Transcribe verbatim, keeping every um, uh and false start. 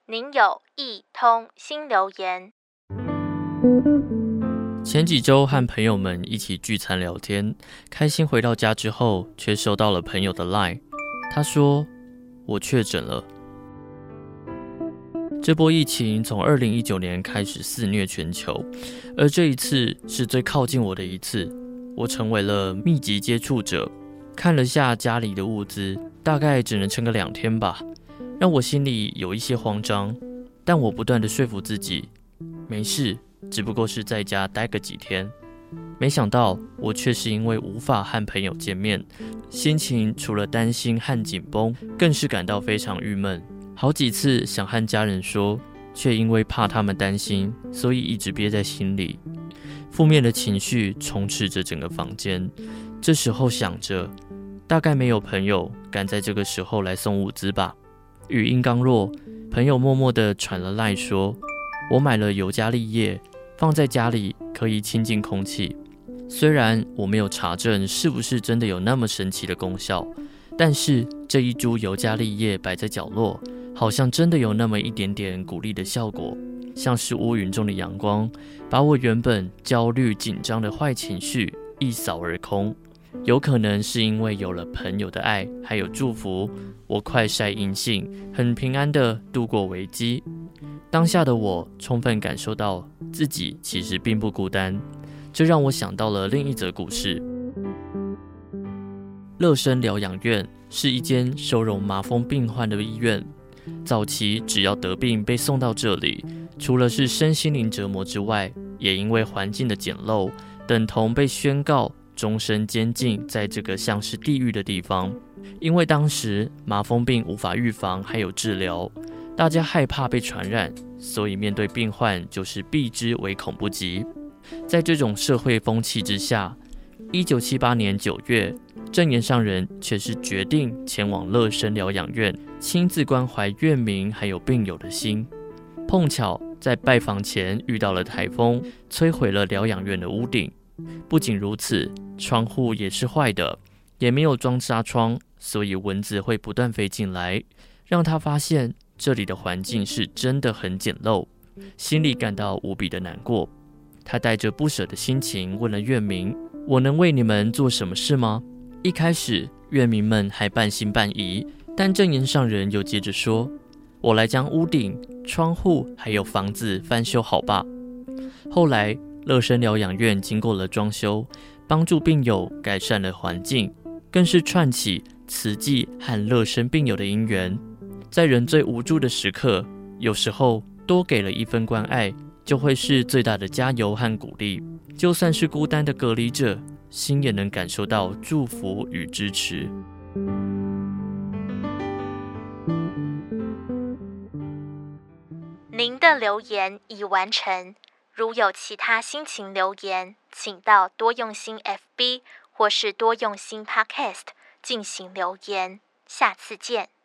您有一通新留言。 前几周和朋友们一起聚餐聊天，开心回到家之后，却收到了朋友的 LINE， 他说我确诊了。这波疫情从二零一九年开始肆虐全球，而这一次是最靠近我的一次，我成为了密集接触者。看了下家里的物资，大概只能撑个两天吧，让我心里有一些慌张，但我不断地说服自己，没事，只不过是在家待个几天。没想到我却是因为无法和朋友见面，心情除了担心和紧绷，更是感到非常郁闷。好几次想和家人说，却因为怕他们担心，所以一直憋在心里。负面的情绪充斥着整个房间。这时候想着，大概没有朋友敢在这个时候来送物资吧。语音刚落，朋友默默地传了 LINE 说，我买了尤加利叶，放在家里可以清净空气。虽然我没有查证是不是真的有那么神奇的功效，但是这一株尤加利叶摆在角落，好像真的有那么一点点鼓励的效果，像是乌云中的阳光，把我原本焦虑紧张的坏情绪一扫而空。有可能是因为有了朋友的爱还有祝福，我快筛阴性，很平安地度过危机。当下的我充分感受到自己其实并不孤单，这让我想到了另一则故事。乐生疗养院是一间收容麻风病患的医院，早期只要得病被送到这里，除了是身心灵折磨之外，也因为环境的简陋，等同被宣告终身监禁在这个像是地狱的地方。因为当时麻风病无法预防还有治疗，大家害怕被传染，所以面对病患就是避之唯恐不及。在这种社会风气之下，一九七八年九月，证严上人却是决定前往乐生疗养院，亲自关怀院民还有病友的心。碰巧在拜访前遇到了台风，摧毁了疗养院的屋顶。不仅如此，窗户也是坏的，也没有装纱窗，所以蚊子会不断飞进来，让他发现这里的环境是真的很简陋，心里感到无比的难过。他带着不舍的心情问了院民，我能为你们做什么事吗？一开始院民们还半信半疑，但证严上人又接着说，我来将屋顶、窗户还有房子翻修好吧。后来乐生疗养院经过了装修，帮助病友改善了环境，更是串起慈济和乐生病友的姻缘。在人最无助的时刻，有时候多给了一分关爱，就会是最大的加油和鼓励。就算是孤单的隔离者，心也能感受到祝福与支持。 您的留言已完成。如有其他心情留言，请到多用心 F B 或是多用心 Podcast 进行留言。下次见。